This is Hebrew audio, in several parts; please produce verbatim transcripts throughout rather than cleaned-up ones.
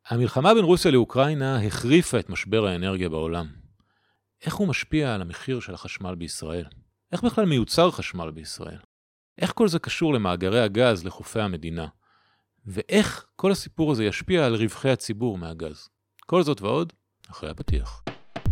המלחמה בין רוסיה לאוקראינה החריפה את משבר האנרגיה בעולם. איך הוא משפיע על המחיר של החשמל בישראל? איך בכלל מיוצר חשמל בישראל? איך כל זה קשור למאגרי הגז לחופי המדינה? ואיך כל הסיפור הזה ישפיע על רווחי הציבור מהגז? כל זאת ועוד, אחרי הפתיח.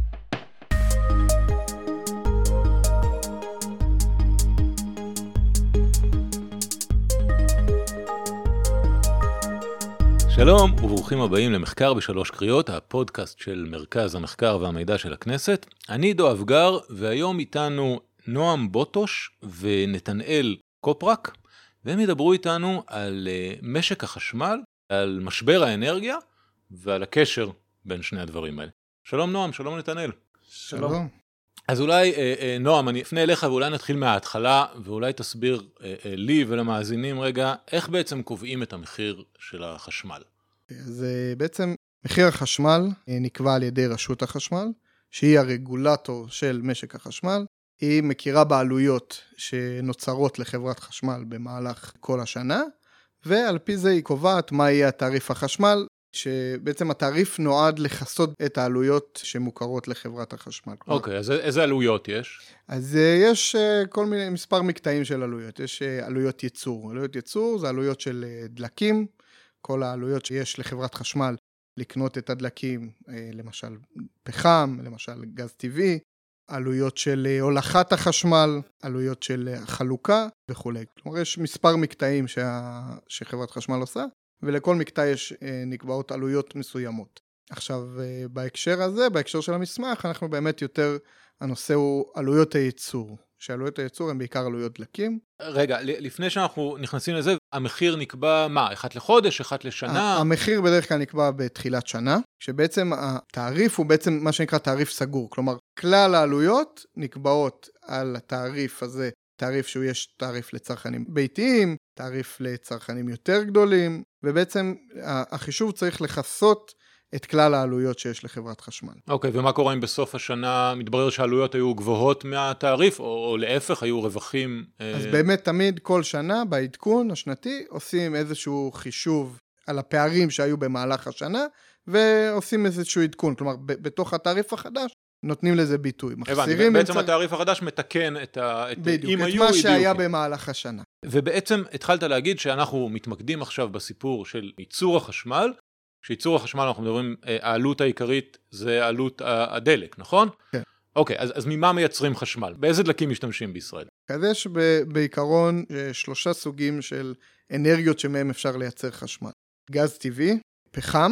שלום וברוכים הבאים למחקר בשלוש קריאות, הפודקאסט של מרכז המחקר והמידע של הכנסת. אני עידו אבגר, והיום איתנו נועם בוטוש ונתנאל קופרק, והם ידברו איתנו על משק החשמל, על משבר האנרגיה ועל הקשר בין שני הדברים האלה. שלום נועם, שלום נתנאל. שלום. אז אולי, נועם, אני אפנה אליך ואולי נתחיל מההתחלה, ואולי תסביר לי ולמאזינים רגע, איך בעצם קובעים את המחיר של החשמל? אז בעצם מחיר החשמל נקבע על ידי רשות החשמל, שהיא הרגולטור של משק החשמל. היא מכירה בעלויות שנוצרות לחברת חשמל במהלך כל השנה, ועל פי זה היא קובעת מה יהיה התעריף החשמל, שבעצם התעריף נועד לחסות את העלויות שמוכרות לחברת החשמל. אוקיי, אז איזה עלויות יש? אז יש כל מיני, מספר מקטעים של עלויות. יש עלויות ייצור. עלויות ייצור זה עלויות של דלקים, כל העלויות שיש לחברת חשמל לקנות את הדלקים, למשל פחם, למשל גז טבעי, עלויות של הולכת החשמל, עלויות של חלוקה וכו'. כלומר, יש מספר מקטעים שה... שחברת חשמל עושה, ולכל מקטע יש נקבעות עלויות מסוימות. עכשיו, בהקשר הזה, בהקשר של המסמך, אנחנו באמת יותר, הנושא הוא עלויות הייצור. שעלויות הייצור הן בעיקר עלויות דלקים. רגע, לפני שאנחנו נכנסים לזה, המחיר נקבע מה? אחת לחודש, אחת לשנה? המחיר בדרך כלל נקבע בתחילת שנה, שבעצם התעריף הוא בעצם מה שנקרא תעריף סגור. כלומר, כלל העלויות נקבעות על התעריף הזה, תעריף שהוא יש תעריף לצרכנים ביתיים, תעריף לצרכנים יותר גדולים, ובעצם החישוב צריך לחסות את כלל העלויות שיש לחברת חשמל. אוקיי, ומה קורה אם בסוף השנה מתברר שהעלויות היו גבוהות מהתעריף, או, או להפך, היו רווחים? אז אה... באמת תמיד כל שנה בעדכון השנתי עושים איזשהו חישוב על הפערים שהיו במהלך השנה, ועושים איזשהו עדכון, כלומר בתוך התעריף החדש, נותנים לזה ביטוי. הבנתי, בעצם צר... התעריף החדש מתקן את, ה... את... בדיוק, את מה שהיה במהלך השנה. ובעצם התחלת להגיד שאנחנו מתמקדים עכשיו בסיפור של ייצור החשמל, שייצור החשמל אנחנו מדברים, העלות העיקרית זה עלות הדלק, נכון? כן. אוקיי, אז, אז ממה מייצרים חשמל? באיזה דלקים משתמשים בישראל? אז יש בעיקרון שלושה סוגים של אנרגיות שמהם אפשר לייצר חשמל. גז טבעי, פחם,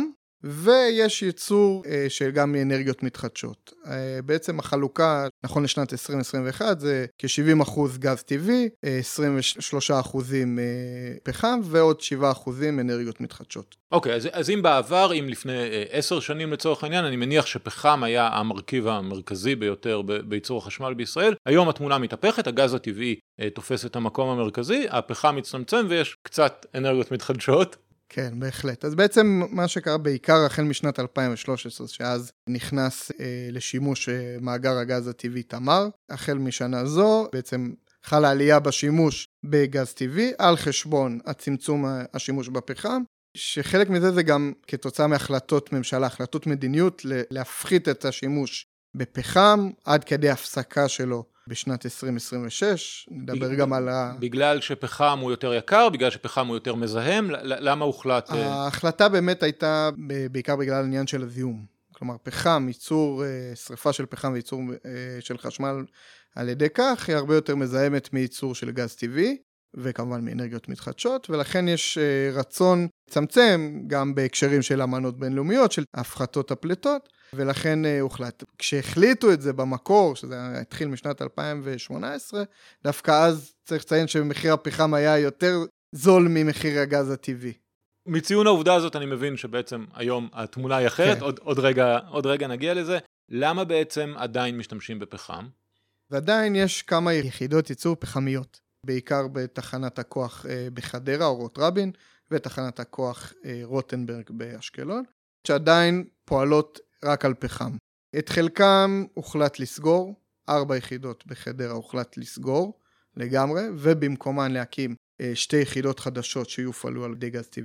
ויש ייצור של גם אנרגיות מתחדשות. בעצם החלוקה, נכון לשנת עשרים עשרים ואחת, זה כ-שבעים אחוז גז טבעי, עשרים ושלושה אחוזים פחם, ועוד שבעה אחוזים אנרגיות מתחדשות. אוקיי, אז, אז אם בעבר, אם לפני עשר שנים לצורך העניין, אני מניח שפחם היה המרכיב המרכזי ביותר בייצור החשמל בישראל. היום התמונה מתהפכת, הגז הטבעי תופס את המקום המרכזי, הפחם מצטמצם ויש קצת אנרגיות מתחדשות. כן, בהחלט. אז בעצם מה שקרה בעיקר החל משנת אלפיים ושלוש עשרה, שאז נכנס אה, לשימוש אה, מאגר הגז הטבעי תמר, החל משנה זו בעצם חלה עלייה בשימוש בגז טבעי, על חשבון הצמצום השימוש בפחם, שחלק מזה זה גם כתוצאה מהחלטות ממשלה, החלטות מדיניות, להפחית את השימוש בפחם, עד כדי הפסקה שלו בשנת עשרים עשרים ושש, נדבר גם על ה... בגלל שפחם הוא יותר יקר, בגלל שפחם הוא יותר מזהם, למה הוחלט? ההחלטה באמת הייתה בעיקר בגלל העניין של הזיהום. כלומר, פחם, ייצור, שריפה של פחם וייצור של חשמל על ידי כך, היא הרבה יותר מזהמת מייצור של גז טבעי, וכמובן מאנרגיות מתחדשות, ולכן יש רצון לצמצם גם בהקשרים של אמנות בינלאומיות, של הפחתות הפליטות, ולכן הוחלט. כשהחליטו את זה במקור, שזה התחיל משנת אלפיים ושמונה עשרה, דווקא אז צריך לציין שמחיר הפחם היה יותר זול ממחיר הגז הטבעי. מציון העובדה הזאת אני מבין שבעצם היום התמונה היא אחרת, כן. עוד, עוד, רגע, עוד רגע נגיע לזה. למה בעצם עדיין משתמשים בפחם? ועדיין יש כמה יחידות ייצור פחמיות, בעיקר בתחנת הכוח בחדרה, אורות רבין, ותחנת הכוח רוטנברג באשקלון, שעדיין פועלות רק על פחם. את חלקם הוחלט לסגור, ארבע יחידות בחדרה הוחלט לסגור לגמרי, ובמקומן להקים שתי יחידות חדשות שיופעלו על ידי גז טבעי.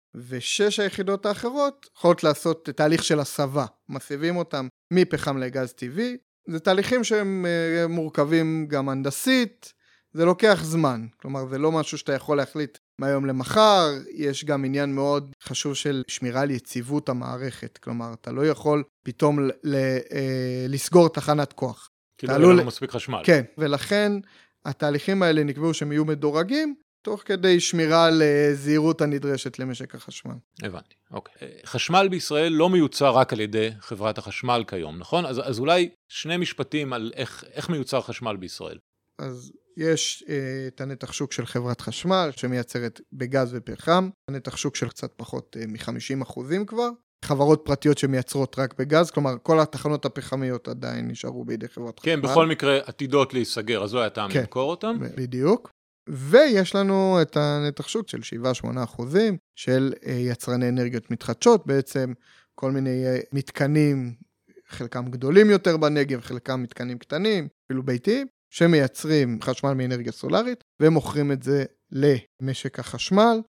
ושש היחידות האחרות יכולות לעשות תהליך של הסבה, מסיבים אותם מפחם לגז טבעי, זה תהליכים שהם מורכבים גם הנדסית, זה לוקח זמן, כלומר זה לא משהו שאתה יכול להחליט מהיום למחר, יש גם עניין מאוד חשוב של שמירה על יציבות המערכת, כלומר אתה לא יכול פתאום ל- ל- לסגור תחנת כוח. כאילו אין לנו מספיק חשמל. כן, ולכן התהליכים האלה נקבעו שהם יהיו מדורגים, תוך כדי שמירה על זהירות הנדרשת למשק החשמל. הבנתי, אוקיי. חשמל בישראל לא מיוצר רק על ידי חברת החשמל כיום, נכון? אז, אז אולי שני משפטים על איך, איך מיוצר חשמל בישראל. אז יש אה, את הנתח שוק של חברת חשמל, שמייצרת בגז ופחם, הנתח שוק של קצת פחות אה, מ-חמישים אחוזים כבר, חברות פרטיות שמייצרות רק בגז, כלומר כל התחנות הפחמיות עדיין נשארו בידי חברת חשמל. כן, בכל מקרה עתידות להיסגר, אז לא היה טעם למכור אותם. בדיוק. ויש לנו את הנתח שוק של שבעה עד שמונה אחוזים של יצרני אנרגיות מתחדשות, בעצם כל מיני מתקנים, חלקם גדולים יותר בנגב, חלקם מתקנים קטנים, אפילו ביתיים, שמייצרים חשמל מאנרגיה סולארית, ומוכרים את זה למשק החשמל.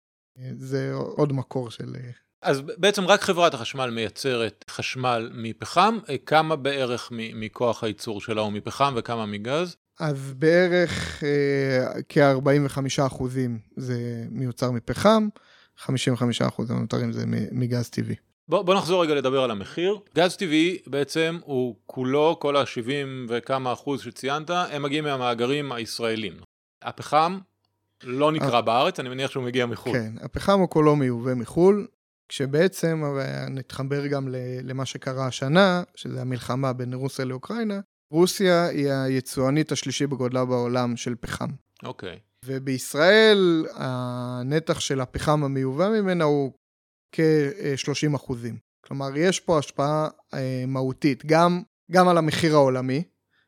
זה עוד מקור של... אז בעצם רק חברת החשמל מייצרת חשמל מפחם, כמה בערך מכוח הייצור שלה הוא מפחם וכמה מגז? אז בערך אה, כ-ארבעים וחמישה אחוזים זה מיוצר מפחם, חמישים וחמישה אחוז הנותרים זה מגז טבעי. בוא, בוא נחזור רגע לדבר על המחיר. גז טבעי בעצם הוא כולו, כל ה-שבעים וכמה אחוז שציינת, הם מגיעים מהמאגרים הישראלים. הפחם לא נקרא בארץ, אני מניח שהוא מגיע מחול. כן, הפחם הוא כולו מיובא מחול, כשבעצם נתחבר גם למה שקרה השנה, שזה המלחמה בין רוסיה לאוקראינה, רוסיה היא היצואנית השלישי בגודלה בעולם של פחם. אוקיי. ובישראל הנתח של הפחם המיובא ממנה הוא כ-שלושים אחוזים. כלומר, יש פה השפעה אה, מהותית, גם, גם על המחיר העולמי,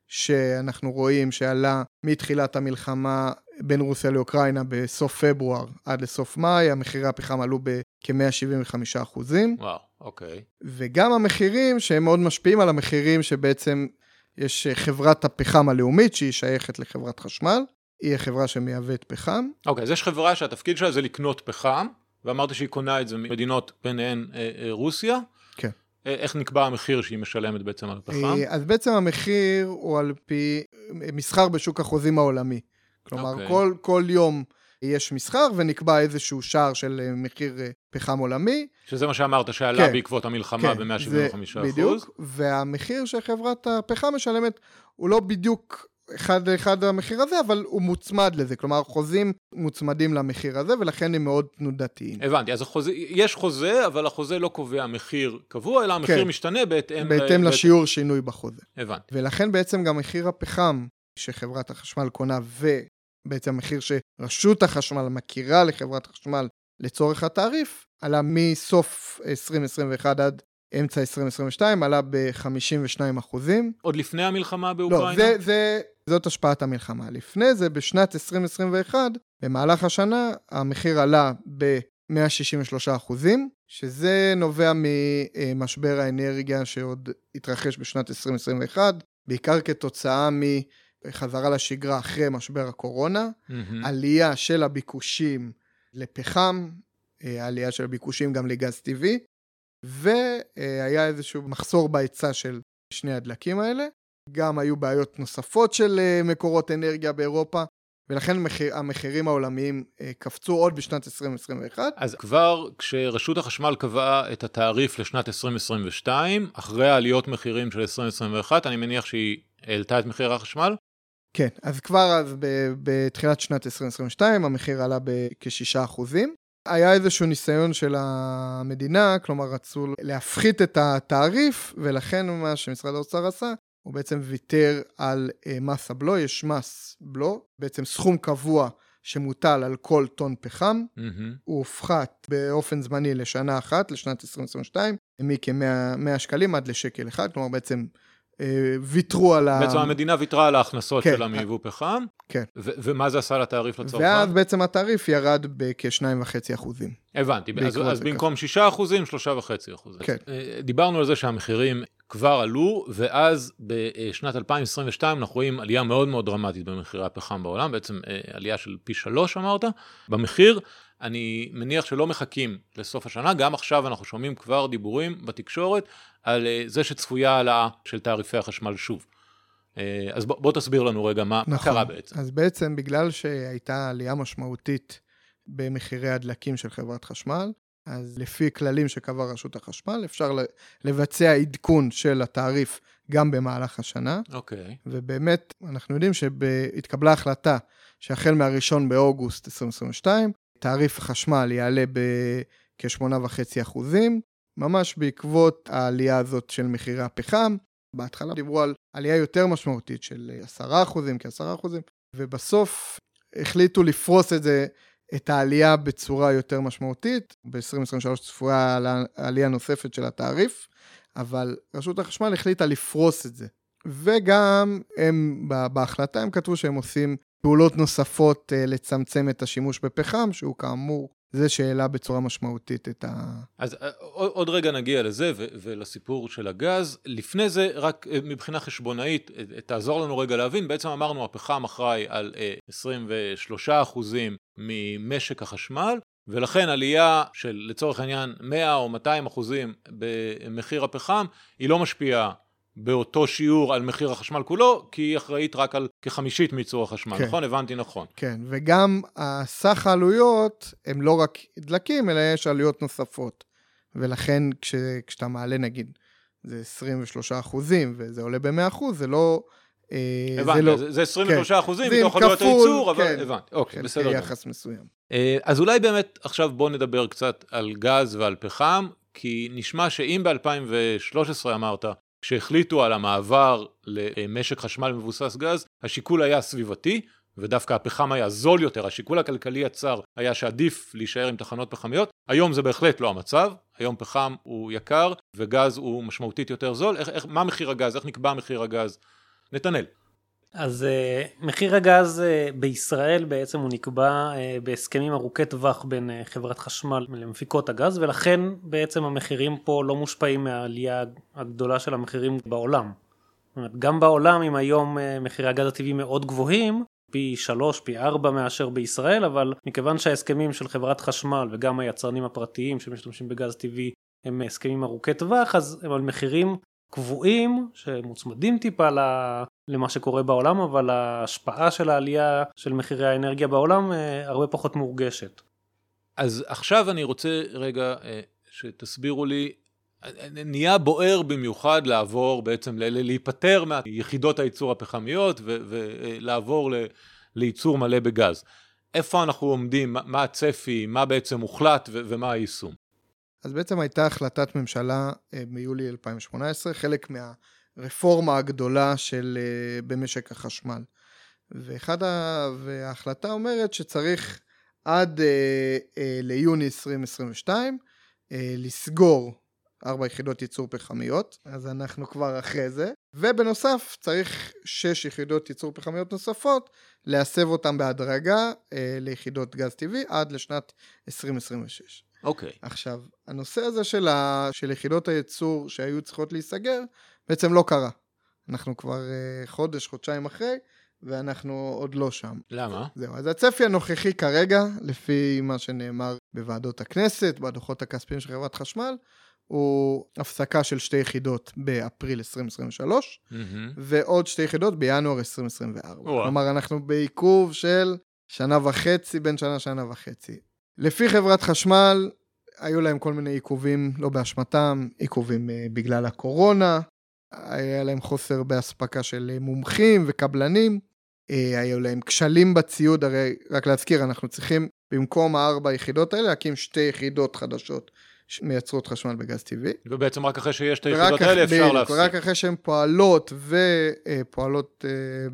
שאנחנו רואים שעלה מתחילת המלחמה בין רוסיה לאוקראינה בסוף פברואר עד לסוף מאי, המחירי הפחם עלו בכ-מאה שבעים וחמישה אחוזים. וואו, אוקיי. וגם המחירים שהם מאוד משפיעים על המחירים שבעצם יש חברת הפחם הלאומית שהיא שייכת לחברת חשמל, היא החברה שמייבאת פחם. אוקיי, אז יש חברה שהתפקיד שלה זה לקנות פחם, ואמרת שהיא קונה את זה ממדינות ביניהן אה, אה, רוסיה. כן. אה, איך נקבע המחיר שהיא משלמת בעצם על פחם? אה, אז בעצם המחיר הוא על פי מסחר בשוק החוזים העולמי. כלומר, אוקיי. כל, כל יום יש מסחר ונקבע איזשהו שער של מחיר פחם עולמי. שזה מה שאמרת, שעלה כן. בעקבות המלחמה כן, ב-מאה שבעים וחמישה אחוז. בדיוק, והמחיר שחברת הפחם משלמת הוא לא בדיוק אחד לאחד המחיר הזה, אבל הוא מוצמד לזה, כלומר חוזים מוצמדים למחיר הזה, ולכן הם מאוד תנודתיים. הבנתי, אז החוזה, יש חוזה, אבל החוזה לא קובע מחיר קבוע, אלא המחיר כן. משתנה בהתאם... בהתאם ל... לשיעור שינוי בחוזה. הבנתי. ולכן בעצם גם מחיר הפחם שחברת החשמל קונה, ובעצם המחיר שרשות החשמל מכירה לחברת החשמל לצורך התעריף, עלה מסוף עשרים עשרים ואחת עד אמצע עשרים עשרים ושתיים, עלה ב-חמישים ושניים אחוזים. עוד לפני המלחמה באוקראינה? לא, זה, זה, זאת השפעת המלחמה. לפני זה, בשנת עשרים עשרים ואחת, במהלך השנה, המחיר עלה ב-מאה שישים ושלושה אחוזים, שזה נובע ממשבר האנרגיה שעוד התרחש בשנת עשרים עשרים ואחת, בעיקר כתוצאה מחזרה לשגרה אחרי משבר הקורונה, Mm-hmm. עלייה של הביקושים לפחם, עלייה של הביקושים גם לגז טבעי, והיה איזשהו מחסור בהיצע של שני הדלקים האלה. גם היו בעיות נוספות של מקורות אנרגיה באירופה, ולכן המחיר, המחירים העולמיים קפצו עוד בשנת עשרים עשרים ואחת. אז כבר כשרשות החשמל קבעה את התעריף לשנת עשרים עשרים ושתיים, אחרי העליות מחירים של עשרים עשרים ואחת, אני מניח שהיא העלתה את מחיר החשמל? כן, אז כבר אז בתחילת שנת עשרים עשרים ושתיים, המחיר עלה בכ-שישה אחוזים. היה איזשהו ניסיון של המדינה, כלומר רצו להפחית את התעריף, ולכן מה שמשרד האוצר עשה, הוא בעצם ויתר על מס הבלו, יש מס בלו, בעצם סכום קבוע שמוטל על כל טון פחם, mm-hmm. הוא הופחת באופן זמני לשנה אחת, לשנת עשרים עשרים ושתיים, מכ-מאה שקלים עד לשקל אחד, כלומר בעצם אה, ויתרו על ה... בעצם המדינה ויתרה על ההכנסות כן. שלה מיבוא פחם, כן. ו- ומה זה עשה לתעריף לצרכן? ואז בעצם התעריף ירד בכ-שניים וחצי אחוזים. הבנתי, אז, אז במקום שישה אחוזים, שלושה וחצי אחוזים. כן. דיברנו על זה שהמחירים כבר עלו, ואז בשנת אלפיים עשרים ושתיים אנחנו רואים עלייה מאוד מאוד דרמטית במחירי הפחם בעולם, בעצם עלייה של פי שלוש אמרת, במחיר. אני מניח שלא מחכים לסוף השנה, גם עכשיו אנחנו שומעים כבר דיבורים בתקשורת על זה שצפויה העלאה של תעריפי החשמל שוב. אז בוא, בוא תסביר לנו רגע מה נכון. קרה בעצם. אז בעצם בגלל שהייתה עלייה משמעותית במחירי הדלקים של חברת חשמל, אז לפי כללים שקבע רשות החשמל, אפשר לבצע עדכון של התעריף גם במהלך השנה. אוקיי. ובאמת, אנחנו יודעים שהתקבלה החלטה שהחל מהראשון באוגוסט עשרים עשרים ושתיים, תעריף החשמל יעלה בכ-שמונה וחצי אחוזים, ממש בעקבות העלייה הזאת של מחירי הפחם. בהתחלה דיברו על עלייה יותר משמעותית של עשרה אחוזים, כעשרה אחוזים, ובסוף החליטו לפרוס את זה, את העלייה בצורה יותר משמעותית. ב-עשרים עשרים ושלוש צפויה העלייה נוספת של התעריף, אבל רשות החשמל החליטה לפרוס את זה. וגם הם, בהחלטה הם כתבו שהם עושים פעולות נוספות לצמצם את השימוש בפחם, שהוא כאמור זה שאלה בצורה משמעותית את ה... אז עוד רגע נגיע לזה ו- ולסיפור של הגז. לפני זה, רק מבחינה חשבונאית, תעזור לנו רגע להבין, בעצם אמרנו, הפחם אחראי על עשרים ושלושה אחוזים ממשק החשמל, ולכן עלייה של לצורך העניין מאה או מאתיים אחוזים במחיר הפחם, היא לא משפיעה באותו שיעור על מחיר החשמל כולו, כי היא אחראית רק על כחמישית מייצור החשמל, כן. נכון? הבנתי נכון. כן, וגם הסך העלויות הם לא רק דלקים, אלא יש עלויות נוספות. ולכן כש, כשאתה מעלה נגיד, זה עשרים ושלושה אחוזים, וזה עולה ב-מאה אחוז, זה לא... הבנתי, זה, לא, זה, זה עשרים ושלושה אחוזים כן. מתוך עלויות הייצור, אבל כן. הבנתי, אוקיי, כן, בסדר. יחס מסוים. אז אולי באמת עכשיו בוא נדבר קצת על גז ועל פחם, כי נשמע שאם ב-אלפיים ושלוש עשרה אמרת, כשהחליטו על המעבר למשק חשמל מבוסס גז, השיקול היה סביבתי, ודווקא הפחם היה זול יותר, השיקול הכלכלי הצר היה שעדיף להישאר עם תחנות פחמיות, היום זה בהחלט לא המצב, היום פחם הוא יקר, וגז הוא משמעותית יותר זול. איך, איך, מה מחיר הגז? איך נקבע מחיר הגז? נתנאל. אז uh, מחיר הגז uh, בישראל בעצם הוא נקבע uh, בהסכמים ארוכי טווח בין uh, חברת חשמל למפיקות הגז, ולכן בעצם המחירים פה לא מושפעים מהעלייה הגדולה של המחירים בעולם. זאת אומרת, גם בעולם אם היום uh, מחירי הגז הטבעי מאוד גבוהים, פי שלוש, פי ארבע מאשר בישראל, אבל מכיוון שההסכמים של חברת חשמל וגם היצרנים הפרטיים שמשתמשים בגז טבעי הם הסכמים ארוכי טווח, אז הם על מחירים קבועים שמוצמדים טיפה למה שקורה בעולם, אבל ההשפעה של העלייה של מחירי האנרגיה בעולם הרבה פחות מורגשת. אז עכשיו אני רוצה רגע שתסבירו לי, נהיה בוער במיוחד לעבור בעצם, להיפטר מיחידות הייצור הפחמיות ולעבור לייצור מלא בגז. איפה אנחנו עומדים, מה הצפי, מה בעצם מוחלט ומה היישום? אז בעצם הייתה החלטת ממשלה מיולי אלפיים שמונה עשרה, חלק מהרפורמה הגדולה של במשק החשמל. ואחד ה... וההחלטה אומרת שצריך עד אה, אה, ליוני עשרים עשרים ושתיים אה, לסגור ארבע יחידות ייצור פחמיות, אז אנחנו כבר אחרי זה. ובנוסף צריך שש יחידות ייצור פחמיות נוספות, להסב אותם בהדרגה אה, ליחידות גז טבעי עד לשנת עשרים עשרים ושש. אוקיי. Okay. עכשיו, הנושא הזה של, ה... של יחידות הייצור שהיו צריכות להיסגר, בעצם לא קרה. אנחנו כבר uh, חודש, חודשיים אחרי, ואנחנו עוד לא שם. למה? זהו, אז הצפי הנוכחי כרגע, לפי מה שנאמר בוועדות הכנסת, בדוחות הכספיים של חברת חשמל, הוא הפסקה של שתי יחידות באפריל עשרים עשרים ושלוש, mm-hmm. ועוד שתי יחידות בינואר עשרים עשרים וארבע. Oh. כלומר, אנחנו בעיכוב של שנה וחצי, בין שנה שנה וחצי. לפי חברת חשמל, היו להם כל מיני עיכובים, לא באשמתם, עיכובים בגלל הקורונה, היה להם חוסר בהספקה של מומחים וקבלנים, היו להם כשלים בציוד, הרי רק להזכיר, אנחנו צריכים במקום הארבע יחידות האלה, להקים שתי יחידות חדשות, מייצרות חשמל בגז טבעי. ובעצם רק אחרי שיש את היחידות האלה אפשר להפסיק. רק אחרי שהן פועלות ופועלות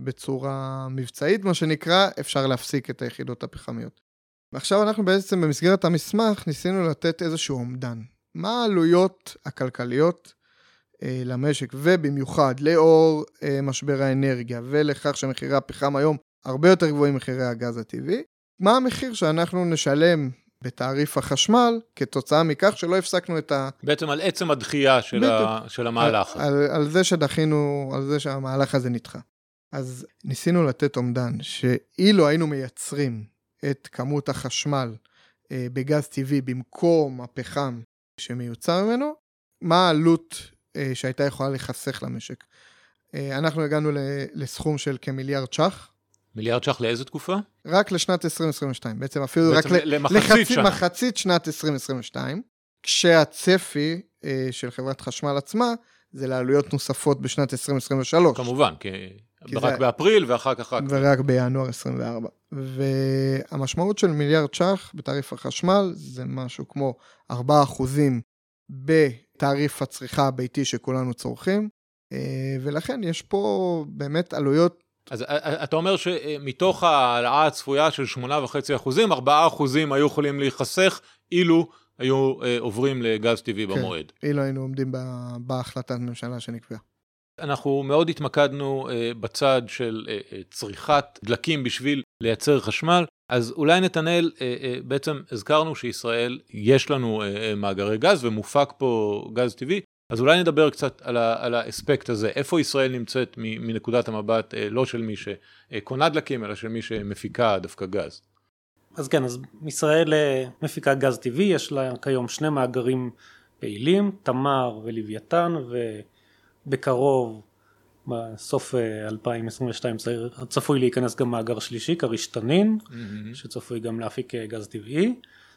בצורה מבצעית, מה שנקרא, אפשר להפסיק את היחידות הפחמיות. ועכשיו אנחנו בעצם במסגרת המסמך ניסינו לתת איזשהו אומדן. מה העלויות הכלכליות אה, למשק, ובמיוחד לאור אה, משבר האנרגיה, ולכך שמחירי הפחם היום הרבה יותר גבוהים מחירי הגז הטבעי, מה המחיר שאנחנו נשלם בתעריף החשמל, כתוצאה מכך שלא הפסקנו את ה... בעצם על עצם הדחייה של, ה... של המהלך. על, על, על זה שדחינו, על זה שהמהלך הזה נדחה. אז ניסינו לתת אומדן, שאילו היינו מייצרים את כמות החשמל בגז טבעי במקום הפחם שמיוצר ממנו, מה העלות שהייתה יכולה לחסך למשק. אנחנו הגענו לסכום של כמיליארד שח. מיליארד שח לאיזו תקופה? רק לשנת עשרים עשרים ושתיים, בעצם אפילו בעצם רק למחצית שנה. מחצית שנת עשרים עשרים ושתיים, כשהצפי של חברת חשמל עצמה, זה לעלויות נוספות בשנת עשרים עשרים ושלוש. כמובן, כי, כי רק זה... באפריל ואחר כך רק... ורק בינואר עשרים וארבע. והמשמעות של מיליארד שח בתעריף החשמל, זה משהו כמו ארבעה אחוזים בתעריף הצריכה הביתי שכולנו צורכים, ולכן יש פה באמת עלויות. אז אתה אומר שמתוך העלאה הצפויה של שמונה וחצי אחוזים, ארבעה אחוזים היו יכולים להיחסך, אילו היו עוברים לגז טבעי במועד. כן, אילו היינו עומדים בהחלטת ממשלה שנקבעה. אנחנו מאוד התמקדנו בצד של צריכת דלקים בשביל לייצר חשמל, אז אולי נתנאל, בעצם הזכרנו שישראל יש לנו מאגרי גז ומופק פה גז טבעי, אז אולי נדבר קצת על, ה, על האספקט הזה, איפה ישראל נמצאת מנקודת המבט, לא של מי שקונה דלקים, אלא של מי שמפיקה דווקא גז. אז כן, אז ישראל מפיקה גז טבעי, יש לה כיום שני מאגרים פעילים, תמר ולוויתן, ובקרוב, בסוף אלפיים עשרים ושתיים, צפוי להיכנס גם מאגר שלישי, כריש תנין, mm-hmm. שצפוי גם להפיק גז טבעי.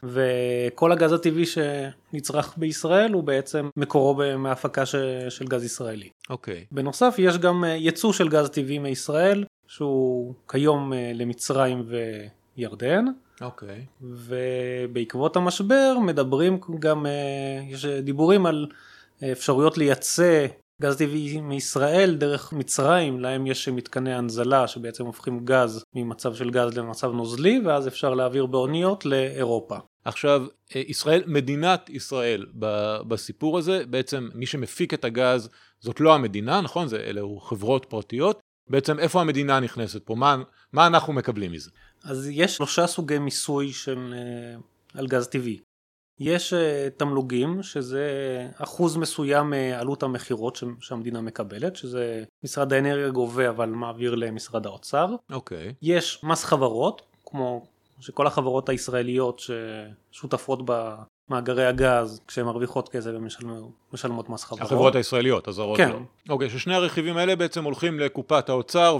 וכל הגז הטבעי שנצרך בישראל הוא בעצם מקורו מהפקה של גז ישראלי. אוקיי. Okay. בנוסף יש גם ייצוא של גז טבעי מישראל, שהוא כיום למצרים וירדן. אוקיי. Okay. ובעקבות המשבר מדברים גם, יש דיבורים על אפשרויות לייצא גז טבעי מישראל דרך מצרים, להם יש מתקני הנזלה שבעצם הופכים גז ממצב של גז למצב נוזלי, ואז אפשר להעביר באוניות לאירופה. עכשיו, ישראל, מדינת ישראל בסיפור הזה, בעצם מי שמפיק את הגז זאת לא המדינה, נכון? זה, אלה חברות פרטיות. בעצם איפה המדינה נכנסת פה? מה, מה אנחנו מקבלים מזה? אז יש שלושה סוגי מיסוי של, על גז טבעי. יש תמלוגים, שזה אחוז מסוים מעלות המחירות שהמדינה מקבלת, שזה משרד האנרגיה גובה, אבל מעביר למשרד האוצר. אוקיי. יש מס חברות, כמו שכל החברות הישראליות ששותפות במאגרי הגז, כשהן מרוויחות כסף ומשלמות מס חברות. החברות הישראליות, הזרות כן. לא. אוקיי, ששני הרכיבים האלה בעצם הולכים לקופת האוצר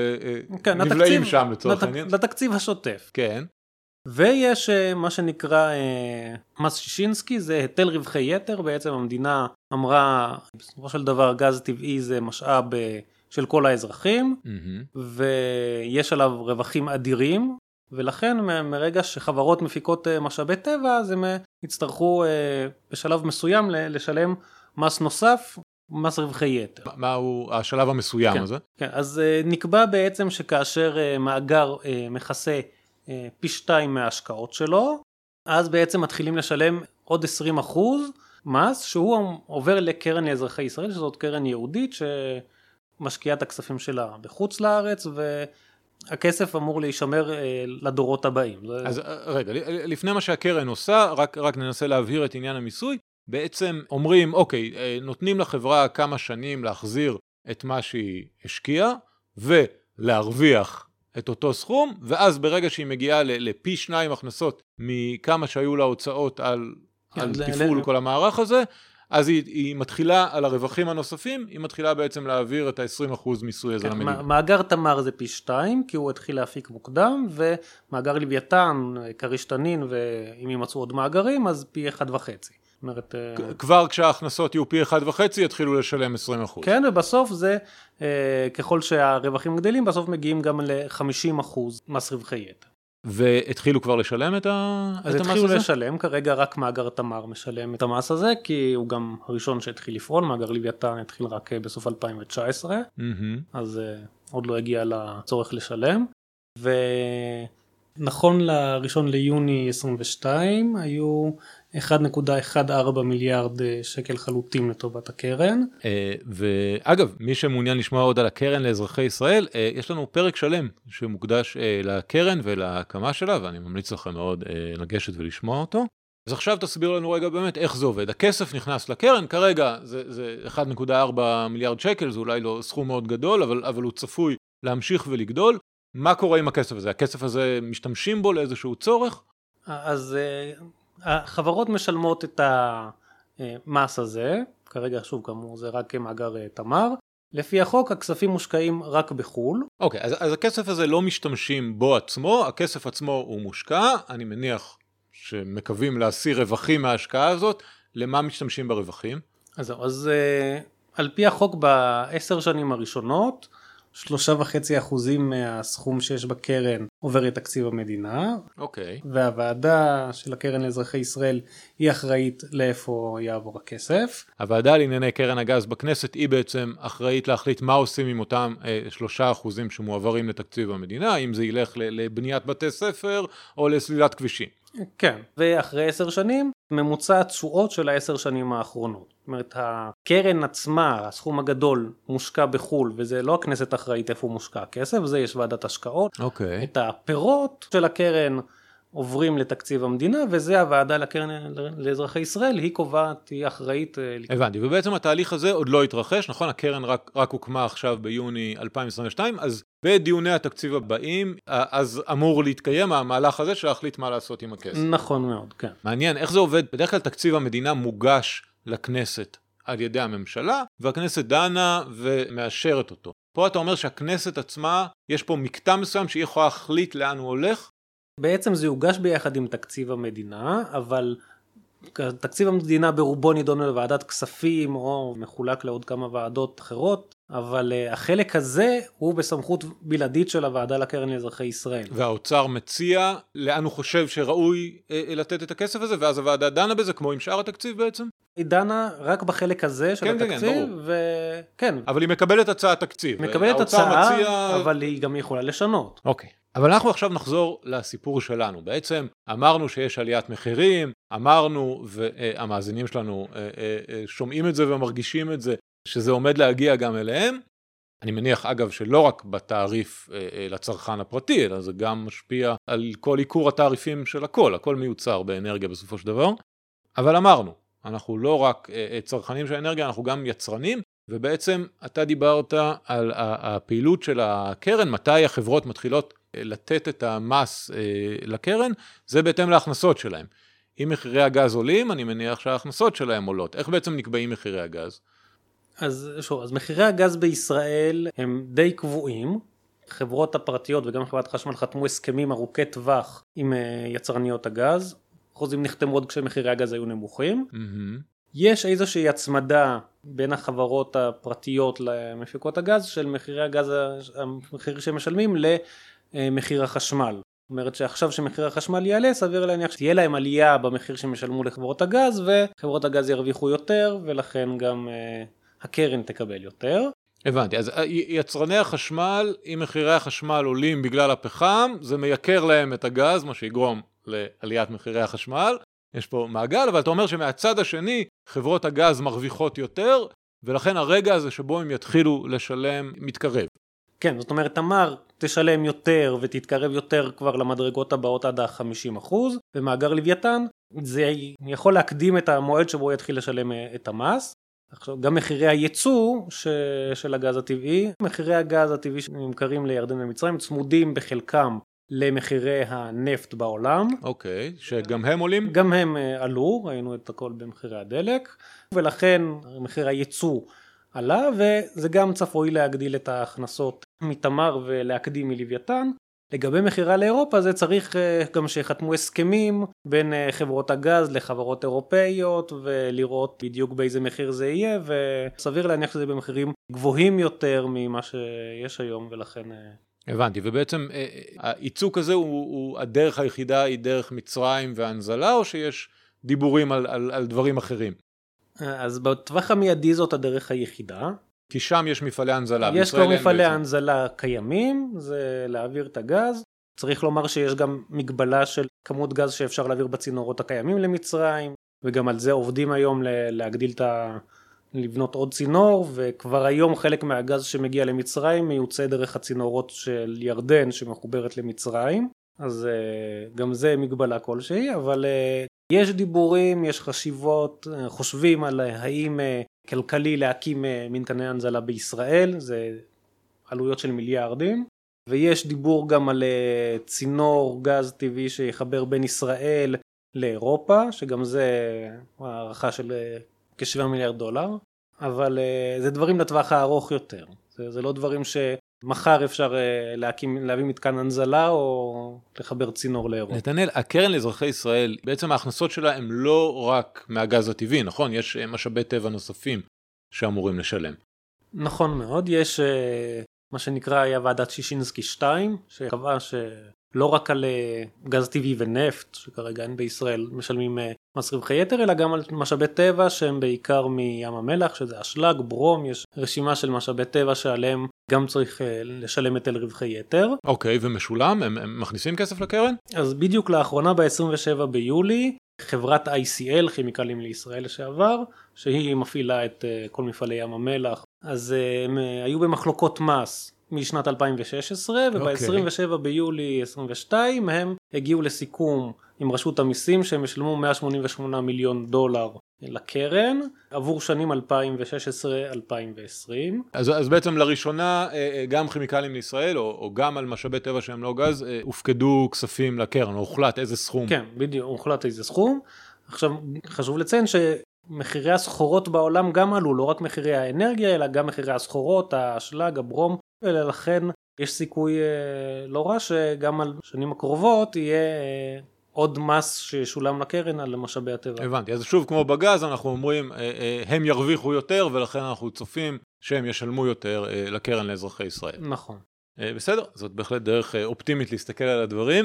ונבלעים שם לצורך העניין. לתקציב השוטף. כן. ויש מה שנקרא מס שישינסקי, זה היטל רווחי יתר, בעצם המדינה אמרה, בסופו של דבר גז טבעי זה משאב של כל האזרחים, mm-hmm. ויש עליו רווחים אדירים, ולכן מרגע שחברות מפיקות משאבי טבע, אז הם יצטרכו בשלב מסוים לשלם מס נוסף, מס רווחי יתר. מהו השלב המסוים כן, הזה? כן, אז נקבע בעצם שכאשר מאגר מכסה פי שתיים מההשקעות שלו, אז בעצם מתחילים לשלם עוד עשרים אחוז מס, שהוא עובר לקרן לאזרחי ישראל, שזאת קרן יהודית שמשקיעה את הכספים שלה בחוץ לארץ, והכסף אמור להישמר לדורות הבאים. אז רגע, לפני מה שהקרן עושה, רק, רק ננסה להבהיר את עניין המיסוי, בעצם אומרים, אוקיי, נותנים לחברה כמה שנים להחזיר את מה שהיא השקיעה, ולהרוויח את אותו סכום, ואז ברגע שהיא מגיעה לפי שניים הכנסות מכמה שהיו לה הוצאות על, על תפעול כל המערך הזה, אז היא, היא מתחילה על הרווחים הנוספים, היא מתחילה בעצם להעביר את ה-עשרים אחוז מיסוי הזה למדינה. מאגר תמר זה פי שתיים, כי הוא התחיל להפיק מוקדם, ומאגר לוויתן, כריש תנין, ואם יימצאו עוד מאגרים, אז פי אחד וחצי. אומרת, כבר כשההכנסות יהיו פי אחד וחצי, יתחילו לשלם עשרים אחוז. כן, ובסוף זה, ככל שהרווחים גדלים, בסוף מגיעים גם ל-חמישים אחוז מס רווחי יתר. והתחילו כבר לשלם את המס הזה? אז התחילו לשלם, כרגע רק מאגר תמר משלם את המס הזה, כי הוא גם הראשון שהתחיל לפעול, מאגר לוויתן התחיל רק בסוף אלפיים תשע עשרה, אז עוד לא הגיע לצורך לשלם, ונכון לראשון ליוני עשרים ושתיים, היו אחד נקודה ארבע מיליארד שקל חלוטים לטובת הקרן. ואגב, מי שמעוניין לשמוע עוד על הקרן לאזרחי ישראל, יש לנו פרק שלם שמוקדש לקרן ולהקמה שלה, ואני ממליץ לכם מאוד לגשת ולשמוע אותו. אז עכשיו תסביר לנו רגע באמת איך זה עובד. הכסף נכנס לקרן, כרגע זה, זה אחד נקודה ארבע מיליארד שקל, זה אולי לא סכום מאוד גדול, אבל, אבל הוא צפוי להמשיך ולגדול. מה קורה עם הכסף הזה? הכסף הזה משתמשים בו לאיזשהו צורך? אז החברות משלמות את המס הזה, כרגע שוב כאמור זה רק מאגר תמר, לפי החוק הכספים מושקעים רק בחול. אוקיי, אז, אז הכסף הזה לא משתמשים בו עצמו, הכסף עצמו הוא מושקע, אני מניח שמקווים להסיר רווחים מההשקעה הזאת, למה משתמשים ברווחים? אז זהו, אז על פי החוק בעשר שנים הראשונות, שלושה וחצי אחוזים מהסכום שיש בקרן עובר לתקציב המדינה. אוקיי. והוועדה של הקרן לאזרחי ישראל היא אחראית לאיפה יעבור הכסף. הוועדה לענייני קרן הגז בכנסת היא בעצם אחראית להחליט מה עושים עם אותם שלושה אחוזים שמועברים לתקציב המדינה, אם זה ילך לבניית בתי ספר או לסלילת כבישים. כן, ואחרי עשר שנים, ממוצע התשואות של העשר שנים האחרונות. זאת אומרת, הקרן עצמה, הסכום הגדול, מושקע בחול, וזה לא הכנסת אחראית איפה הוא מושקע הכסף, זה יש ועדת השקעות. אוקיי. את הפירות של הקרן עוברים לתקציב המדינה, וזה הוועדה לקרן לאזרחי ישראל, היא קובעת, היא אחראית. הבנתי, ובעצם התהליך הזה עוד לא התרחש, נכון? הקרן רק, רק הוקמה עכשיו ביוני אלפיים עשרים ושתיים, אז בדיוני התקציב הבאים, אז אמור להתקיים המהלך הזה של להחליט מה לעשות עם הכסף. נכון מאוד, כן. מעניין, איך זה עובד? בדרך כלל תקציב המדינה מוגש לכנסת על ידי הממשלה, והכנסת דנה ומאשרת אותו. פה אתה אומר שהכנסת עצמה, יש פה מקטע מסוים שהיא יכולה להחליט לאן הוא הולך? בעצם זה יוגש ביחד עם תקציב המדינה, אבל תקציב המדינה ברובו נידון לוועדת כספים, או מחולק לעוד כמה ועדות אחרות, אבל החלק הזה הוא בסמכות בלעדית של הוועדה לקרן לאזרחי ישראל. והאוצר מציע לאן הוא חושב שראוי לתת את הכסף הזה, ואז הוועדה דנה בזה, כמו עם שאר התקציב בעצם? היא דנה רק בחלק הזה של כן, התקציב, כן, וכן. אבל היא מקבלת הצעת תקציב. מקבלת הצעה, מציע... אבל היא גם יכולה לשנות. אוקיי. אבל אנחנו עכשיו נחזור לסיפור שלנו. בעצם אמרנו שיש עליית מחירים, אמרנו, והמאזינים שלנו שומעים את זה ומרגישים את זה, שזה עומד להגיע גם אליהם. אני מניח, אגב, שלא רק בתעריף לצרכן הפרטי, אלא זה גם משפיע על כל עיקור התעריפים של הכל, הכל מיוצר באנרגיה בסופו של דבר. אבל אמרנו, אנחנו לא רק צרכנים של האנרגיה, אנחנו גם יצרנים, ובעצם אתה דיברת על הפעילות של הקרן, מתי החברות מתחילות לתת את המס לקרן, זה בהתאם להכנסות שלהם. אם מחירי הגז עולים, אני מניח שההכנסות שלהם עולות. איך בעצם נקבעים מחירי הגז? אז שוב, אז מחירי הגז בישראל הם די קבועים. חברות הפרטיות וגם חברת חשמל חתמו הסכמים ארוכי טווח עם יצרניות הגז. חוזים נחתמו עוד כשמחירי הגז היו נמוכים. Mm-hmm. יש איזושהי הצמדה בין החברות הפרטיות למפיקות הגז של מחירי הגז, המחיר שמשלמים למחיר החשמל. זאת אומרת שעכשיו שמחיר החשמל יעלה, סביר להניח שתהיה להם עלייה במחיר שמשלמו לחברות הגז, וחברות הגז ירוויחו יותר, ולכן גם uh, הקרן תקבל יותר. הבנתי, אז יצרני החשמל, אם מחירי החשמל עולים בגלל הפחם, זה מייקר להם את הגז, מה שיגרום לעליית מחירי החשמל. יש פה מעגל, אבל אתה אומר שמהצד השני, חברות הגז מרוויחות יותר, ולכן הרגע הזה שבו הם יתחילו לשלם מתקרב. כן, זאת אומרת, תמר תשלם יותר ותתקרב יותר כבר למדרגות הבאות עד ה-חמישים אחוז, ומאגר לוויתן, זה יכול להקדים את המועד שבו יתחיל לשלם את המס. עכשיו, גם מחירי הייצוא ש... של הגז הטבעי, מחירי הגז הטבעי שנמכרים לירדן ומצרים, צמודים בחלקם למחירי הנפט בעולם. אוקיי, שגם הם עולים? גם הם עלו, ראינו את הכל במחירי הדלק, ולכן מחיר הייצוא עלה, וזה גם צפוי להגדיל את ההכנסות מתמר ולהקדים מלוויתן. לגבי מחירה לאירופה, זה צריך גם שיחתמו הסכמים בין חברות הגז לחברות אירופאיות, ולראות בדיוק באיזה מחיר זה יהיה, וסביר להניח שזה במחירים גבוהים יותר ממה שיש היום, ולכן... הבנתי, ובעצם הייצוא כזה הוא, הוא הדרך היחידה היא דרך מצרים והנזלה, או שיש דיבורים על, על, על דברים אחרים? אז בטווח המיידי זאת הדרך היחידה. כי שם יש מפעלי הנזלה. יש כבר מפעלי הנזלה קיימים, זה להעביר את הגז. צריך לומר שיש גם מגבלה של כמות גז שאפשר להעביר בצינורות הקיימים למצרים, וגם על זה עובדים היום להגדיל את ה... לבנות עוד צינור, וכבר היום חלק מהגז שמגיע למצרים מיוצא דרך הצינורות של ירדן שמחוברת למצרים, אז גם זה מגבלה כלשהי, אבל יש דיבורים, יש חשיבות, חושבים על האם כלכלי להקים מתקני הנזלה בישראל, זה עלויות של מיליארדים, ויש דיבור גם על צינור גז טבעי שיחבר בין ישראל לאירופה, שגם זה הערכה של כשבעה מיליארד דולר, אבל זה דברים לטווח הארוך יותר. זה, זה לא דברים שמחר אפשר להקים, להביא מתקן הנזלה או לחבר צינור לאירופה. נתנאל, הקרן לאזרחי ישראל, בעצם ההכנסות שלה הם לא רק מהגז הטבעי, נכון? יש משאבי טבע נוספים שאמורים לשלם. נכון מאוד, יש מה שנקרא היה ועדת שישינסקי שתיים, שקבעה שלא רק על גז טבעי ונפט, שכרגע אין בישראל משלמים מס רווחי יתר, אלא גם על משאבי טבע שהם בעיקר מים המלח, שזה אשלג, ברום, יש רשימה של משאבי טבע שעליהם גם צריך לשלם היטל רווחי יתר. אוקיי, ומשולם? הם, הם מכניסים כסף לקרן? אז בדיוק לאחרונה ב-עשרים ושבעה ביולי, חברת איי סי אל, כימיקלים לישראל לשעבר, שהיא מפעילה את כל מפעלי ים המלח, אז הם היו במחלוקות מס משנת אלפיים ושש עשרה, וב-עשרים ושבעה ביולי עשרים ושתיים הם הגיעו לסיכום עם רשות המיסים שהם ישלמו מאה שמונים ושמונה מיליון דולר לקרן עבור שנים אלפיים ושש עשרה עד אלפיים ועשרים. אז, אז בעצם לראשונה גם כימיקלים לישראל או, או גם על משאבי טבע שהם לא גז הופקדו כספים לקרן, או הוחלט איזה סכום? כן, בדיוק, הוחלט איזה סכום. עכשיו חשוב לציין שמחירי הסחורות בעולם גם עלו, לא רק מחירי האנרגיה אלא גם מחירי הסחורות, האשלג, הברום, ולכן יש סיכוי לא רע שגם על שנים הקרובות יהיה עוד מס ששולם לקרן על משאבי הטבע. הבנתי, אז שוב כמו בגז אנחנו אומרים הם ירוויחו יותר ולכן אנחנו צופים שהם ישלמו יותר לקרן לאזרחי ישראל. נכון. בסדר, זאת בהחלט דרך אופטימית להסתכל על הדברים.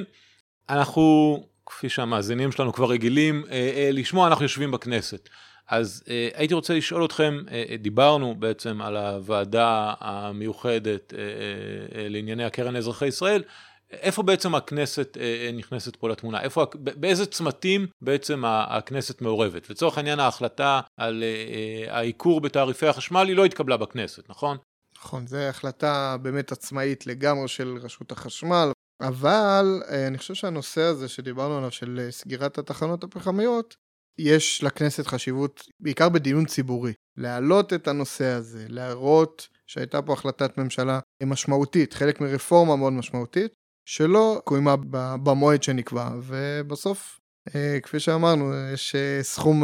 אנחנו, כפי שהמאזינים שלנו כבר רגילים לשמוע, אנחנו יושבים בכנסת. אז אה, הייתי רוצה לשאול אתכם, אה, דיברנו בעצם על הוועדה המיוחדת אה, אה, לענייני הקרן לאזרחי ישראל, איפה בעצם הכנסת אה, נכנסת פה לתמונה? איפה, באיזה צמתים בעצם הכנסת מעורבת? לצורך העניין ההחלטה על אה, העיקור בתעריפי החשמל היא לא התקבלה בכנסת, נכון? נכון, זו החלטה באמת עצמאית לגמרי של רשות החשמל, אבל אה, אני חושב שהנושא הזה שדיברנו עליו של סגירת התחנות הפחמיות, יש לכנסת חשיבות, בעיקר בדיון ציבורי, להעלות את הנושא הזה, להראות שהייתה פה החלטת ממשלה משמעותית, חלק מרפורמה מאוד משמעותית, שלא קוימה במועד שנקבע, ובסוף, כפי שאמרנו, יש סכום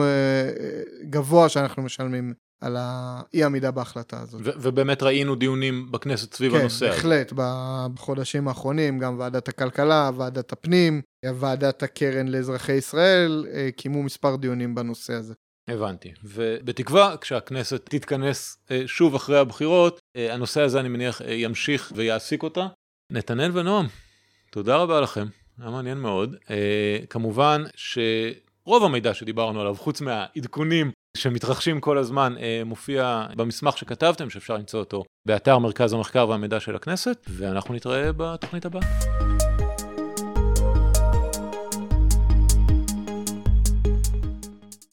גבוה שאנחנו משלמים על האי עמידה בהחלטה הזאת. ו- ובאמת ראינו דיונים בכנסת סביב הנושא. כן, בהחלט, בחודשים האחרונים, גם ועדת הכלכלה, ועדת הפנים, ועדת הקרן לאזרחי ישראל, קיימו מספר דיונים בנושא הזה. הבנתי, ובתקווה כשהכנסת תתכנס שוב אחרי הבחירות, הנושא הזה אני מניח ימשיך ויעסיק אותה. נתנאל ונועם, תודה רבה לכם, היה מעניין מאוד. כמובן שרוב המידע שדיברנו עליו, חוץ מהעדכונים שמתרחשים כל הזמן, מופיע במסמך שכתבתם, שאפשר למצוא אותו באתר מרכז המחקר והמידע של הכנסת, ואנחנו נתראה בתוכנית הבאה.